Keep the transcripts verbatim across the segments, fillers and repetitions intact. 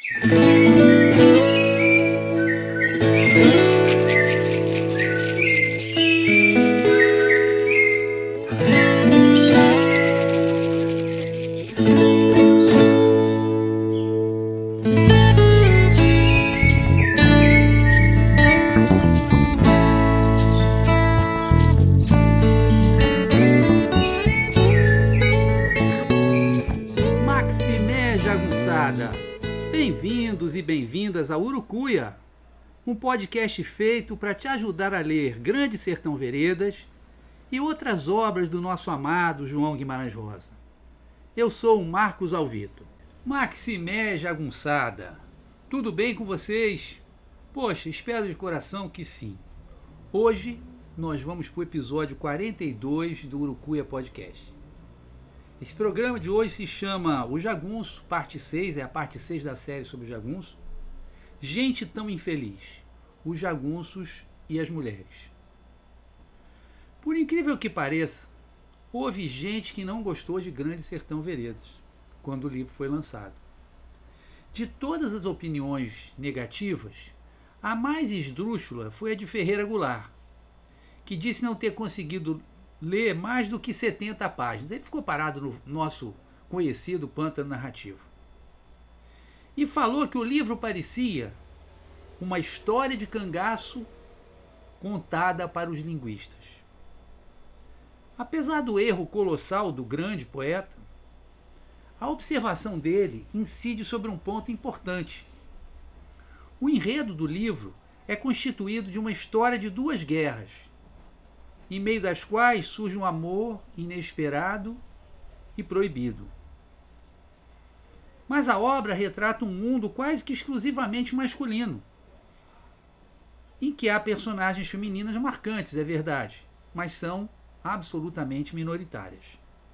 Bem-vindos e bem-vindas a Urucuia, um podcast feito para te ajudar a ler Grande Sertão Veredas e outras obras do nosso amado João Guimarães Rosa. Eu sou o Marcos Alvito. Maximé Jagunçada, tudo bem com vocês? Poxa, espero de coração que sim. Hoje nós vamos para o episódio quarenta e dois do Urucuia Podcast. Esse programa de hoje se chama O Jagunço, parte seis, é a parte seis da série sobre o jagunço. Gente tão infeliz, os jagunços e as mulheres. Por incrível que pareça, houve gente que não gostou de Grande Sertão Veredas, quando o livro foi lançado. De todas as opiniões negativas, a mais esdrúxula foi a de Ferreira Goulart, que disse não ter conseguido ler mais do que setenta páginas. Ele ficou parado no nosso conhecido pântano narrativo. E falou que o livro parecia uma história de cangaço contada para os linguistas. Apesar do erro colossal do grande poeta, a observação dele incide sobre um ponto importante. O enredo do livro é constituído de uma história de duas guerras, em meio das quais surge um amor inesperado e proibido. Mas a obra retrata um mundo quase que exclusivamente masculino, em que há personagens femininas marcantes, é verdade, mas são absolutamente minoritárias.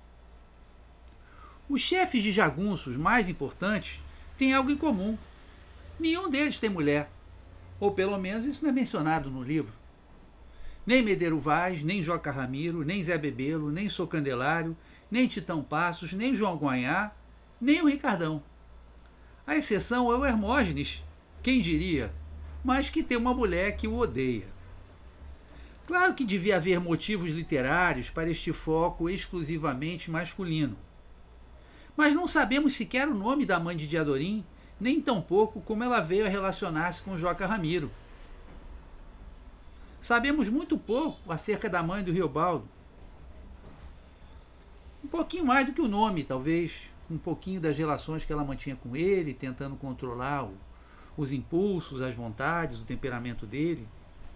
Os chefes de jagunços mais importantes têm algo em comum. Nenhum deles tem mulher, ou pelo menos isso não é mencionado no livro. Nem Medeiro Vaz, nem Joca Ramiro, nem Zé Bebelo, nem Sou Candelário, nem Titão Passos, nem João Guanhá, nem o Ricardão. A exceção é o Hermógenes, quem diria, mas que tem uma mulher que o odeia. Claro que devia haver motivos literários para este foco exclusivamente masculino. Mas não sabemos sequer o nome da mãe de Diadorim, nem tampouco como ela veio a relacionar-se com Joca Ramiro. Sabemos muito pouco acerca da mãe do Riobaldo. Um pouquinho mais do que o nome, talvez. Um pouquinho das relações que ela mantinha com ele, tentando controlar o, os impulsos, as vontades, o temperamento dele.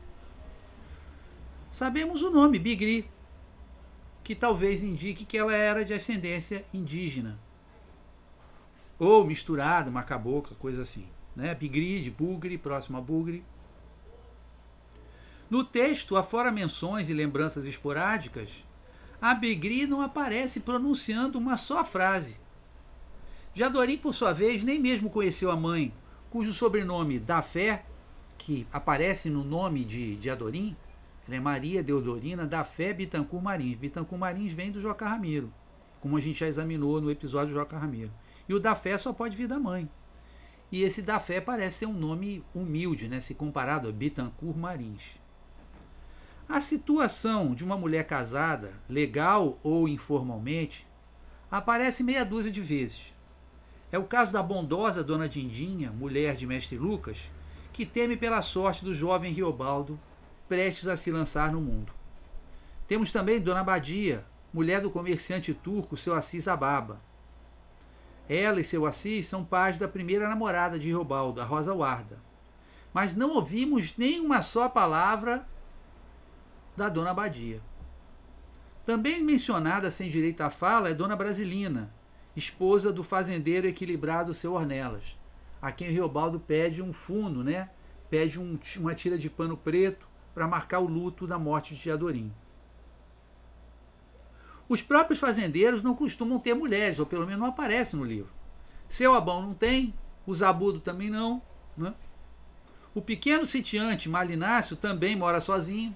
Sabemos o nome, Bigri, que talvez indique que ela era de ascendência indígena. Ou misturada, uma cabocla, coisa assim. Né? Bigri, de Bugre, próximo a Bugre. No texto, afora menções e lembranças esporádicas, a Bigri não aparece pronunciando uma só frase. Diadorim, por sua vez, nem mesmo conheceu a mãe, cujo sobrenome da Fé, que aparece no nome de Diadorim, ela é Maria Deodorina da Fé Bittencourt Marins. Bittencourt Marins vem do Joca Ramiro, como a gente já examinou no episódio do Joca Ramiro. E o da Fé só pode vir da mãe. E esse da Fé parece ser um nome humilde, né, se comparado a Bittencourt Marins. A situação de uma mulher casada, legal ou informalmente, aparece meia dúzia de vezes. É o caso da bondosa Dona Dindinha, mulher de Mestre Lucas, que teme pela sorte do jovem Riobaldo, prestes a se lançar no mundo. Temos também Dona Badia, mulher do comerciante turco seu Assis Ababa. Ela e seu Assis são pais da primeira namorada de Riobaldo, a Rosa Warda. Mas não ouvimos nem uma só palavra da Dona Badia. Também mencionada sem direito à fala é Dona Brasilina, esposa do fazendeiro equilibrado seu Ornelas, a quem Riobaldo pede um fundo, né? Pede um, uma tira de pano preto para marcar o luto da morte de Diadorim. Os próprios fazendeiros não costumam ter mulheres, ou pelo menos não aparecem no livro. Seu Abão não tem, o Zabudo também não, né? O pequeno sitiante Malinácio também mora sozinho.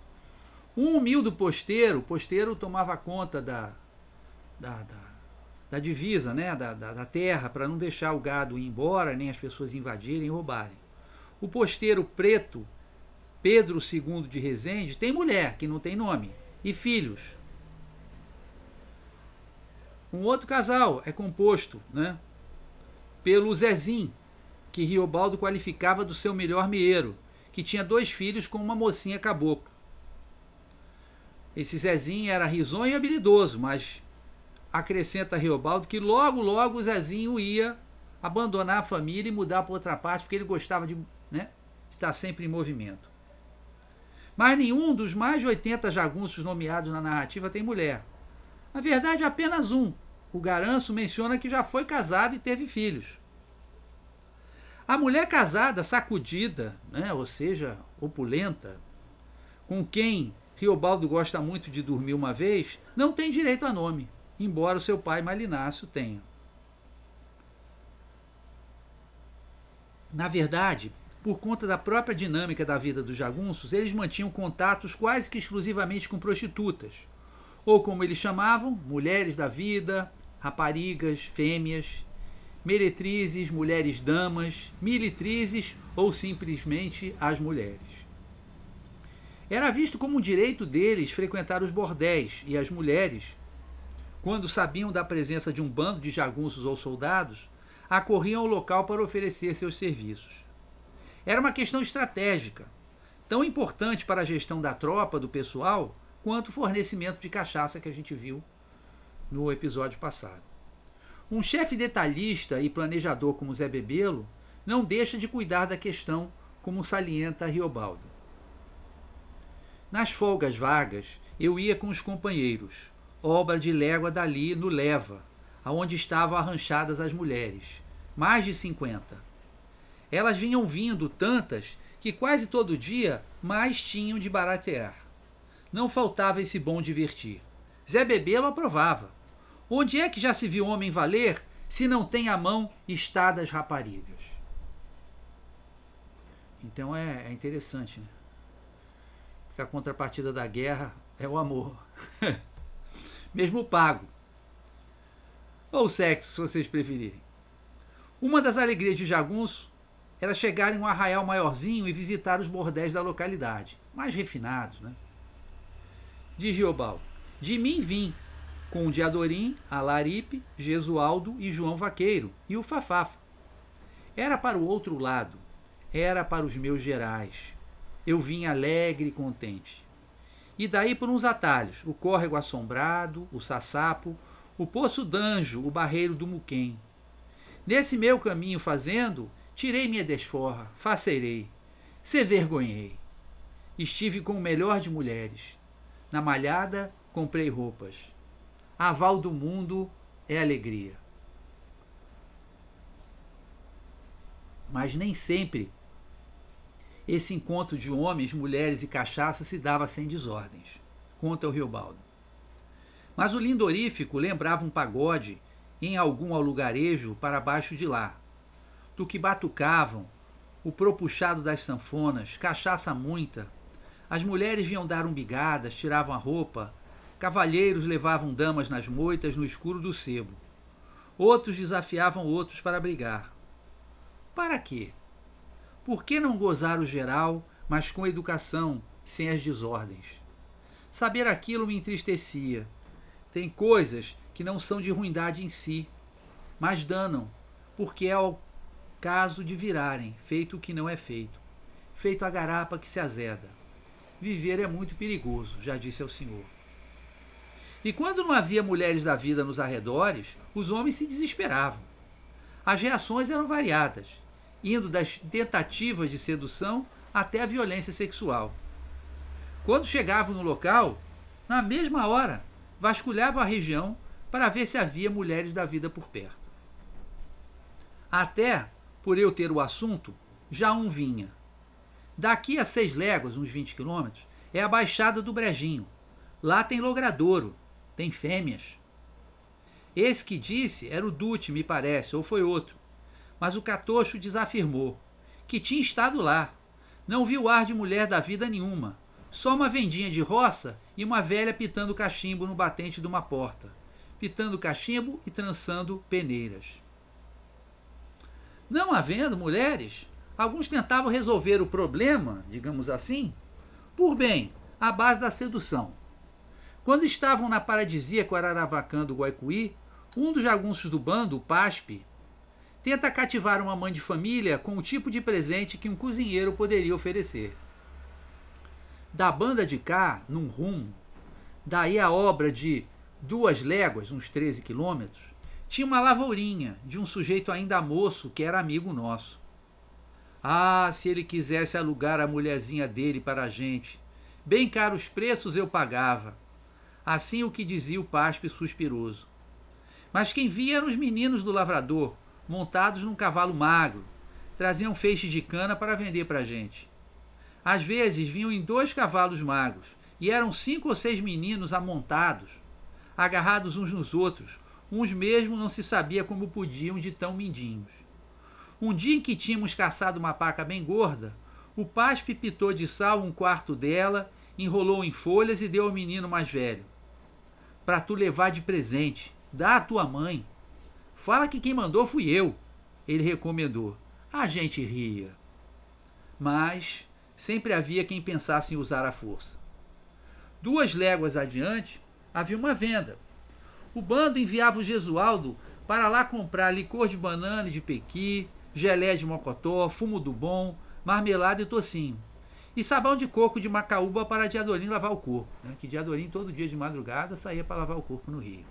Um humilde posteiro, o posteiro tomava conta da, da, da, da divisa, né, da, da, da terra, para não deixar o gado ir embora, nem as pessoas invadirem e roubarem. O posteiro preto, Pedro segundo de Resende, tem mulher, que não tem nome, e filhos. Um outro casal é composto, né, pelo Zezinho, que Riobaldo qualificava do seu melhor meeiro, que tinha dois filhos com uma mocinha cabocla. Esse Zezinho era risonho e habilidoso, mas acrescenta Riobaldo que logo, logo o Zezinho ia abandonar a família e mudar para outra parte, porque ele gostava de, né, de estar sempre em movimento. Mas nenhum dos mais de oitenta jagunços nomeados na narrativa tem mulher. Na verdade, apenas um. O Garanço menciona que já foi casado e teve filhos. A mulher casada, sacudida, né, ou seja, opulenta, com quem Riobaldo gosta muito de dormir uma vez, não tem direito a nome, embora o seu pai Malinácio tenha. Na verdade, por conta da própria dinâmica da vida dos jagunços, eles mantinham contatos quase que exclusivamente com prostitutas, ou como eles chamavam, mulheres da vida, raparigas, fêmeas, meretrizes, mulheres damas, militrizes ou simplesmente as mulheres. Era visto como um direito deles frequentar os bordéis, e as mulheres, quando sabiam da presença de um bando de jagunços ou soldados, acorriam ao local para oferecer seus serviços. Era uma questão estratégica, tão importante para a gestão da tropa, do pessoal, quanto o fornecimento de cachaça que a gente viu no episódio passado. Um chefe detalhista e planejador como Zé Bebelo não deixa de cuidar da questão, como salienta Riobaldo. Nas folgas vagas, eu ia com os companheiros, obra de légua dali no Leva, aonde estavam arranchadas as mulheres, mais de cinquenta. Elas vinham vindo tantas que quase todo dia mais tinham de baratear. Não faltava esse bom divertir. Zé Bebelo aprovava. Onde é que já se viu homem valer se não tem à mão estadas raparigas? Então é, é interessante, né? Porque a contrapartida da guerra é o amor. Mesmo pago. Ou sexo, se vocês preferirem. Uma das alegrias de jagunço era chegar em um arraial maiorzinho e visitar os bordéis da localidade, mais refinados, né? Diz Riobaldo: de mim vim, com o de Adorim, Alaripe, Gesualdo e João Vaqueiro, e o Fafafa. Era para o outro lado, era para os meus gerais. Eu vim alegre e contente. E daí por uns atalhos, o córrego assombrado, o Sassapo, o Poço d'Anjo, o barreiro do Muquem. Nesse meu caminho fazendo, tirei minha desforra, faceirei, se vergonhei. Estive com o melhor de mulheres. Na malhada, comprei roupas. Aval do mundo é alegria. Mas nem sempre esse encontro de homens, mulheres e cachaça se dava sem desordens, conta o Riobaldo. Mas o lindorífico lembrava um pagode em algum alugarejo para baixo de lá, do que batucavam, o propuxado das sanfonas, cachaça muita. As mulheres vinham dar umbigadas, tiravam a roupa, cavalheiros levavam damas nas moitas no escuro do sebo. Outros desafiavam outros para brigar. Para quê? Por que não gozar o geral, mas com educação, sem as desordens? Saber aquilo me entristecia. Tem coisas que não são de ruindade em si, mas danam, porque é o caso de virarem, feito o que não é feito, feito a garapa que se azeda. Viver é muito perigoso, já disse ao senhor. E quando não havia mulheres da vida nos arredores, os homens se desesperavam. As reações eram variadas, indo das tentativas de sedução até a violência sexual. Quando chegavam no local, na mesma hora, vasculhavam a região para ver se havia mulheres da vida por perto. Até, por eu ter o assunto, já um vinha. Daqui a seis léguas, uns vinte quilômetros, é a Baixada do Brejinho. Lá tem logradouro, tem fêmeas. Esse que disse era o Dute, me parece, ou foi outro. Mas o Catocho desafirmou que tinha estado lá. Não viu ar de mulher da vida nenhuma. Só uma vendinha de roça e uma velha pitando cachimbo no batente de uma porta. pitando cachimbo e trançando peneiras. Não havendo mulheres, alguns tentavam resolver o problema, digamos assim, por bem, à base da sedução. Quando estavam na paradisíaca Araravacã do Guaicuí, um dos jagunços do bando, o Paspe, tenta cativar uma mãe de família com o tipo de presente que um cozinheiro poderia oferecer. Da banda de cá, num rumo, daí a obra de duas léguas, uns treze quilômetros, tinha uma lavourinha de um sujeito ainda moço que era amigo nosso. Ah, se ele quisesse alugar a mulherzinha dele para a gente, bem caros preços eu pagava. Assim o que dizia o Paspe suspiroso. Mas quem via eram os meninos do lavrador, montados num cavalo magro, traziam feixes de cana para vender para a gente. Às vezes vinham em dois cavalos magros, e eram cinco ou seis meninos amontados, agarrados uns nos outros, uns mesmo não se sabia como podiam de tão mindinhos. Um dia em que tínhamos caçado uma paca bem gorda, o Paspe pitou de sal um quarto dela, enrolou em folhas e deu ao menino mais velho. Para tu levar de presente, dá à tua mãe. Fala que quem mandou fui eu, ele recomendou. A gente ria. Mas sempre havia quem pensasse em usar a força. Duas léguas adiante, havia uma venda. O bando enviava o Gesualdo para lá comprar licor de banana e de pequi, gelé de mocotó, fumo do bom, marmelada e tocinho. E sabão de coco de Macaúba para Diadorim lavar o corpo, né? Que Diadorim todo dia de madrugada saía para lavar o corpo no rio.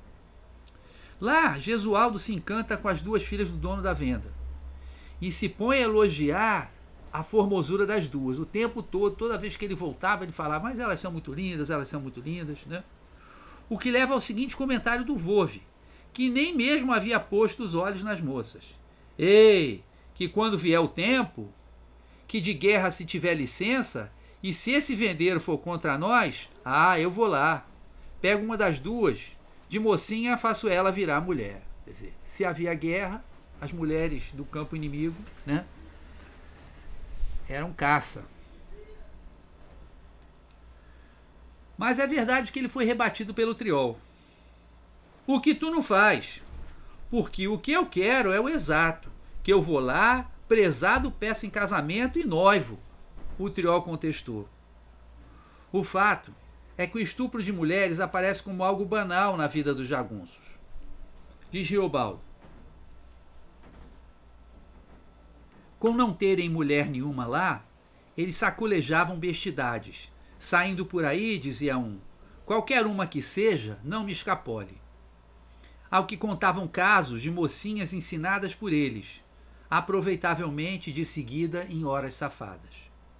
Lá, Gesualdo se encanta com as duas filhas do dono da venda e se põe a elogiar a formosura das duas. O tempo todo, toda vez que ele voltava, ele falava, mas elas são muito lindas, elas são muito lindas, né? O que leva ao seguinte comentário do Vove, que nem mesmo havia posto os olhos nas moças. Ei, que quando vier o tempo, que de guerra se tiver licença, e se esse vendeiro for contra nós, ah, eu vou lá. Pego uma das duas, de mocinha faço ela virar mulher. Quer dizer, se havia guerra, as mulheres do campo inimigo, né, eram caça. Mas é verdade que ele foi rebatido pelo Triol. O que tu não faz? Porque o que eu quero é o exato, que eu vou lá, prezado peço em casamento e noivo, o Triol contestou. O fato é que o estupro de mulheres aparece como algo banal na vida dos jagunços. Diz Riobaldo. Com não terem mulher nenhuma lá, eles sacolejavam bestidades. Saindo por aí, dizia um, qualquer uma que seja, não me escapole. Ao que contavam casos de mocinhas ensinadas por eles, aproveitavelmente de seguida em horas safadas.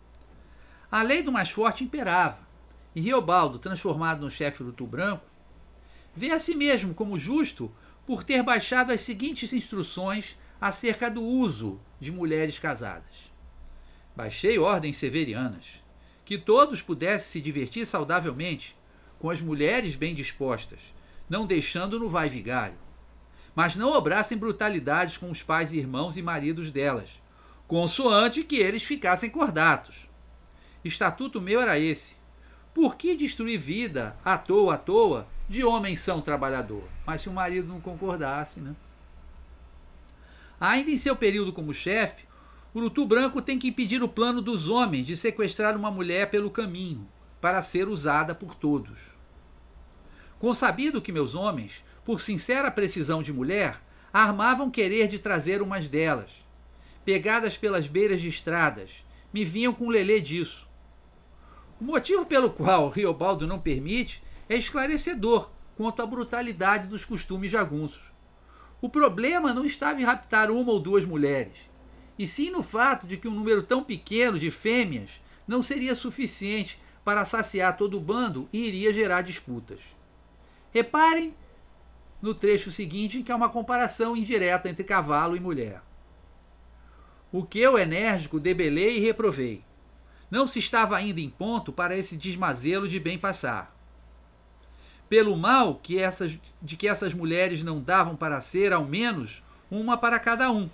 A lei do mais forte imperava, e Riobaldo, transformado no chefe Urutu Branco, vê a si mesmo como justo por ter baixado as seguintes instruções acerca do uso de mulheres casadas. Baixei ordens severianas, que todos pudessem se divertir saudavelmente com as mulheres bem dispostas, não deixando no vai-vigário, mas não obrassem brutalidades com os pais, irmãos e maridos delas, consoante que eles ficassem cordatos. Estatuto meu era esse. Por que destruir vida à toa, à toa, de homem são trabalhador? Mas se o marido não concordasse, né? Ainda em seu período como chefe, Urutu Branco tem que impedir o plano dos homens de sequestrar uma mulher pelo caminho, para ser usada por todos. Consabido que meus homens, por sincera precisão de mulher, armavam querer de trazer umas delas. Pegadas pelas beiras de estradas, me vinham com lelê disso. O motivo pelo qual Riobaldo não permite é esclarecedor quanto à brutalidade dos costumes jagunços. O problema não estava em raptar uma ou duas mulheres, e sim no fato de que um número tão pequeno de fêmeas não seria suficiente para saciar todo o bando e iria gerar disputas. Reparem no trecho seguinte, em que há uma comparação indireta entre cavalo e mulher. O que eu, enérgico, debelei e reprovei. Não se estava ainda em ponto para esse desmazelo de bem passar. Pelo mal que essas, de que essas mulheres não davam para ser, ao menos, uma para cada um.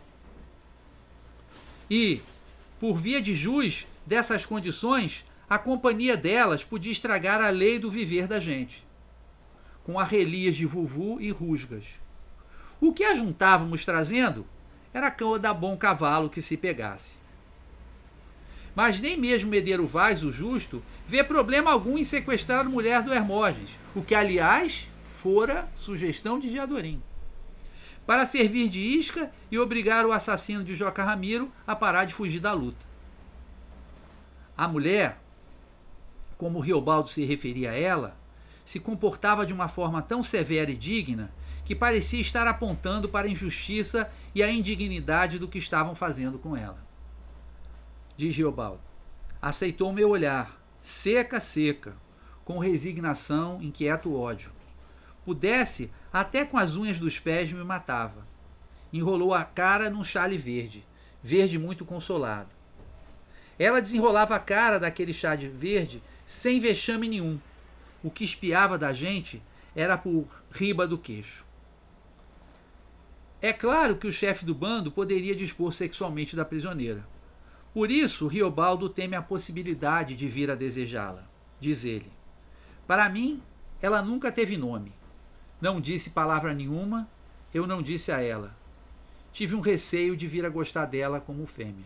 E, por via de jus dessas condições, a companhia delas podia estragar a lei do viver da gente. com arrelias de vuvu e rusgas. O que ajuntávamos trazendo era cada bom cavalo que se pegasse. Mas nem mesmo Medeiro Vaz, o justo, vê problema algum em sequestrar a mulher do Hermógenes, o que, aliás, fora sugestão de Diadorim, para servir de isca e obrigar o assassino de Joca Ramiro a parar de fugir da luta. A mulher, como Riobaldo se referia a ela, se comportava de uma forma tão severa e digna que parecia estar apontando para a injustiça e a indignidade do que estavam fazendo com ela. Diz Riobaldo: aceitou meu olhar, seca, seca, com resignação, inquieto ódio. Pudesse, até com as unhas dos pés me matava. Enrolou a cara num chale verde, verde muito consolado. Ela desenrolava a cara daquele chale verde sem vexame nenhum. O que espiava da gente era por riba do queixo. É claro que o chefe do bando poderia dispor sexualmente da prisioneira. Por isso, Riobaldo teme a possibilidade de vir a desejá-la. Diz ele: para mim, ela nunca teve nome. Não disse palavra nenhuma, eu não disse a ela. Tive um receio de vir a gostar dela como fêmea.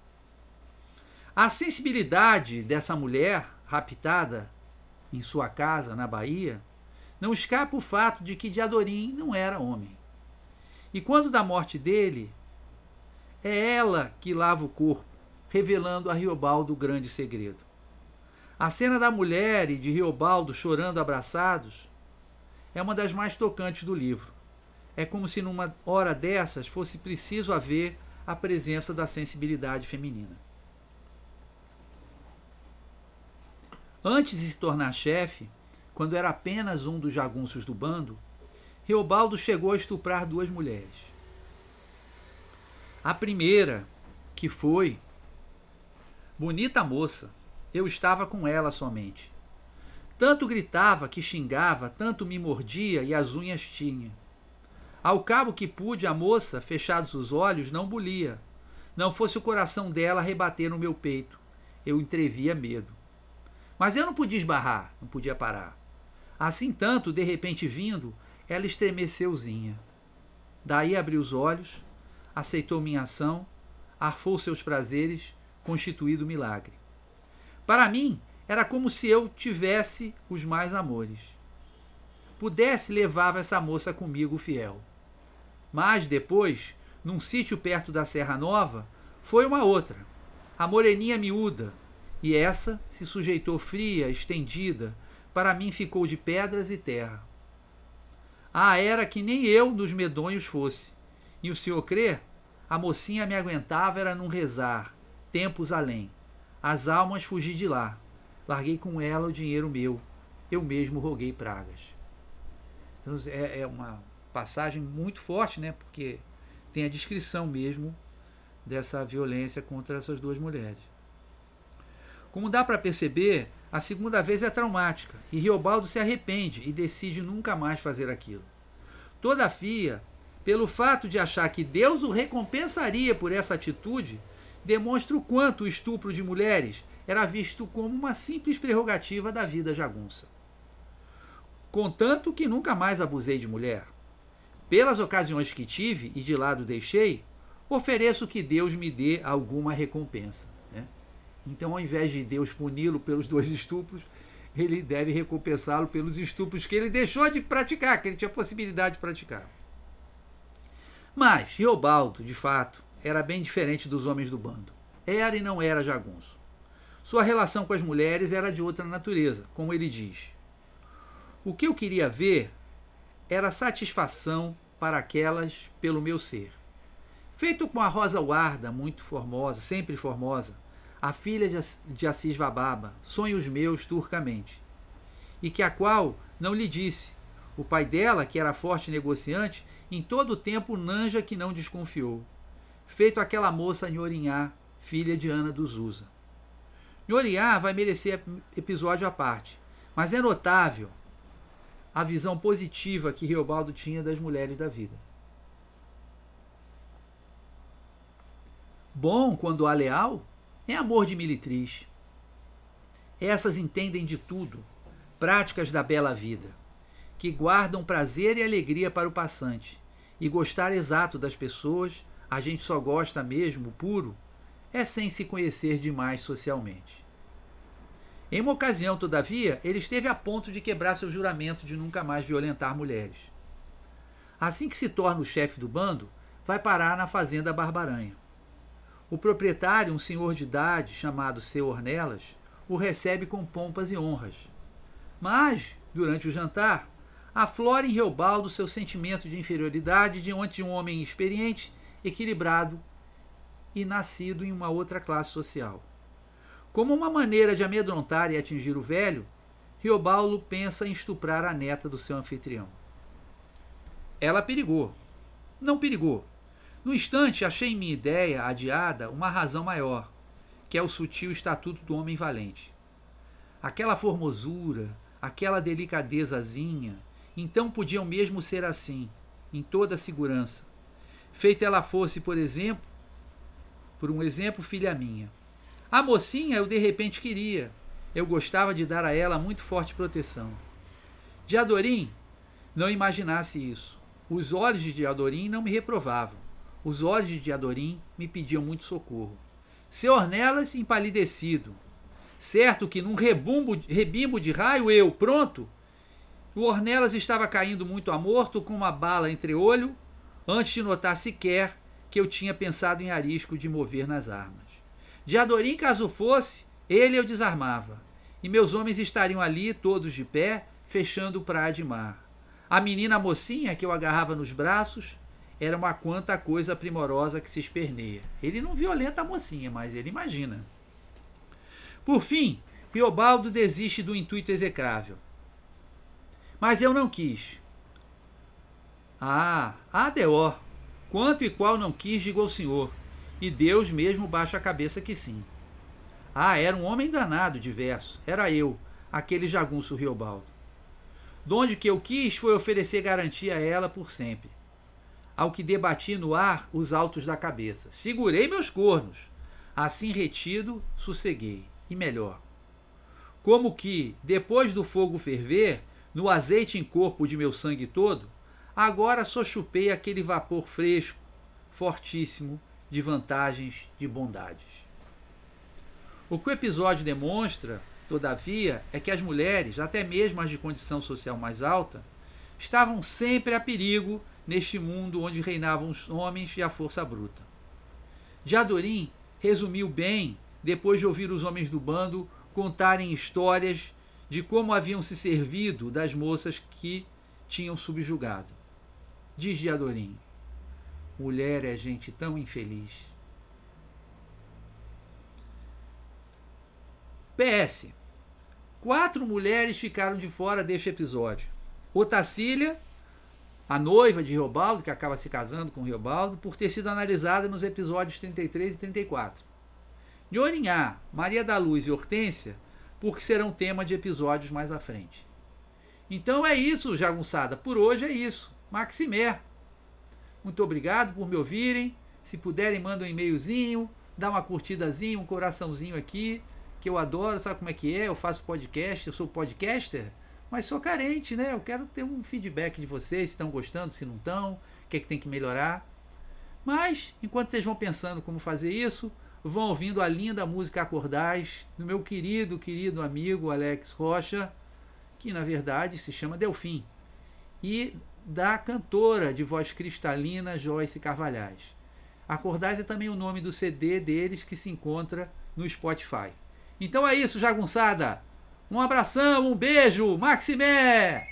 A sensibilidade dessa mulher raptada em sua casa, na Bahia, não escapa o fato de que Diadorim não era homem. E quando da morte dele, é ela que lava o corpo, revelando a Riobaldo o grande segredo. A cena da mulher e de Riobaldo chorando abraçados é uma das mais tocantes do livro. É como se numa hora dessas fosse preciso haver a presença da sensibilidade feminina. Antes de se tornar chefe, quando era apenas um dos jagunços do bando, Riobaldo chegou a estuprar duas mulheres. A primeira, que foi bonita moça, eu estava com ela somente. Tanto gritava que xingava, tanto me mordia e as unhas tinha. Ao cabo que pude, a moça, fechados os olhos, não bulia. Não fosse o coração dela rebater no meu peito. Eu entrevia medo. Mas eu não podia esbarrar, não podia parar. Assim tanto, de repente vindo, ela estremeceuzinha. Daí abriu os olhos, aceitou minha ação, arfou seus prazeres, constituído milagre. Para mim, era como se eu tivesse os mais amores. Pudesse, levava essa moça comigo fiel. Mas depois, num sítio perto da Serra Nova, foi uma outra, a moreninha miúda, e essa se sujeitou fria, estendida, para mim ficou de pedras e terra. Ah, era que nem eu nos medonhos fosse. E o senhor crê? A mocinha me aguentava era num rezar, tempos além. As almas fugi de lá. Larguei com ela o dinheiro meu. Eu mesmo roguei pragas. Então é, é uma passagem muito forte, né? Porque tem a descrição mesmo dessa violência contra essas duas mulheres. Como dá para perceber, a segunda vez é traumática e Riobaldo se arrepende e decide nunca mais fazer aquilo. Todavia, pelo fato de achar que Deus o recompensaria por essa atitude, demonstra o quanto o estupro de mulheres era visto como uma simples prerrogativa da vida jagunça. Contanto que nunca mais abusei de mulher. Pelas ocasiões que tive e de lado deixei, ofereço que Deus me dê alguma recompensa. Né? Então, ao invés de Deus puni-lo pelos dois estupros, ele deve recompensá-lo pelos estupros que ele deixou de praticar, que ele tinha possibilidade de praticar. Mas Riobaldo, de fato, era bem diferente dos homens do bando. Era e não era jagunço. Sua relação com as mulheres era de outra natureza, como ele diz. O que eu queria ver era satisfação para aquelas pelo meu ser. Feito com a Rosa Guarda, muito formosa, sempre formosa, a filha de Assis Bababa, sonhos meus turcamente, e que a qual não lhe disse, o pai dela, que era forte negociante, em todo o tempo nanja que não desconfiou, feito aquela moça Nhorinhá, filha de Ana dos Usa. Nhorinhá vai merecer episódio à parte, mas é notável a visão positiva que Riobaldo tinha das mulheres da vida. Bom, quando há leal, é amor de militriz. Essas entendem de tudo, práticas da bela vida, que guardam prazer e alegria para o passante, e gostar exato das pessoas, a gente só gosta mesmo, puro, é sem se conhecer demais socialmente. Em uma ocasião, todavia, ele esteve a ponto de quebrar seu juramento de nunca mais violentar mulheres. Assim que se torna o chefe do bando, vai parar na fazenda Barbaranha. O proprietário, um senhor de idade chamado Seu Ornelas, o recebe com pompas e honras. Mas, durante o jantar, aflora em Reobaldo seu sentimento de inferioridade diante de um homem experiente, equilibrado e nascido em uma outra classe social. Como uma maneira de amedrontar e atingir o velho, Reobaldo pensa em estuprar a neta do seu anfitrião. Ela perigou. Não perigou. No instante, achei em minha ideia adiada uma razão maior, que é o sutil estatuto do homem valente. Aquela formosura, aquela delicadezazinha, então podiam mesmo ser assim, em toda a segurança. Feito ela fosse, por exemplo, por um exemplo, filha minha. A mocinha eu de repente queria. Eu gostava de dar a ela muito forte proteção. Diadorim não imaginasse isso. Os olhos de Diadorim não me reprovavam. Os olhos de Diadorim me pediam muito socorro. Seu Ornelas empalidecido. Certo que num rebumbo, rebimbo de raio eu, pronto, o Ornelas estava caindo muito a morto com uma bala entre olho, antes de notar sequer que eu tinha pensado em arisco de mover nas armas. Diadorim, caso fosse, ele eu desarmava, e meus homens estariam ali, todos de pé, fechando o praia de mar. A menina mocinha que eu agarrava nos braços era uma quanta coisa primorosa que se esperneia. Ele não violenta a mocinha, mas ele imagina. Por fim, Reobaldo desiste do intuito execrável. Mas eu não quis. Ah, A D O, quanto e qual não quis, digo ao senhor, e Deus mesmo baixa a cabeça que sim. Ah, era um homem danado, diverso, era eu, aquele jagunço Reobaldo. Donde que eu quis foi oferecer garantia a ela por sempre. Ao que debati no ar os altos da cabeça. Segurei meus cornos. Assim retido, sosseguei. E melhor. Como que, depois do fogo ferver, no azeite em corpo de meu sangue todo, agora só chupei aquele vapor fresco, fortíssimo, de vantagens, de bondades. O que o episódio demonstra, todavia, é que as mulheres, até mesmo as de condição social mais alta, estavam sempre a perigo neste mundo onde reinavam os homens e a força bruta. Diadorim resumiu bem, depois de ouvir os homens do bando contarem histórias de como haviam se servido das moças que tinham subjugado. Diz Diadorim: mulher é gente tão infeliz. P S. Quatro mulheres ficaram de fora deste episódio. Otacília, a noiva de Reobaldo, que acaba se casando com Reobaldo, por ter sido analisada nos episódios trinta e três e trinta e quatro. Nhorinhá, Maria da Luz e Hortência, porque serão tema de episódios mais à frente. Então é isso, jagunçada. Por hoje é isso. Maximé. Muito obrigado por me ouvirem. Se puderem, mandem um e-mailzinho, dá uma curtidazinha, um coraçãozinho aqui, que eu adoro. Sabe como é que é? Eu faço podcast, eu sou podcaster, mas sou carente, né? Eu quero ter um feedback de vocês, se estão gostando, se não estão, o que é que tem que melhorar. Mas, enquanto vocês vão pensando como fazer isso, vão ouvindo a linda música Acordais, do meu querido, querido amigo Alex Rocha, que na verdade se chama Delfim, e da cantora de voz cristalina Joyce Carvalhais. Acordais é também o nome do C D deles, que se encontra no Spotify. Então é isso, jagunçada! Um abração, um beijo, Maximé!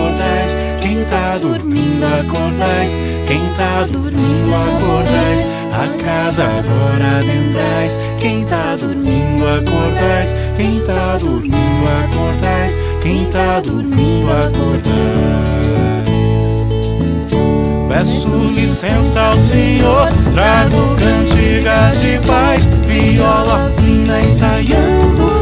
Quem tá dormindo, acordais. Quem tá dormindo, acordais. a casa agora adentrais. Quem tá dormindo acordais, quem tá dormindo acordais, quem tá dormindo acordais. Peço licença ao Senhor, trago cantigas de paz, viola fina ensaiando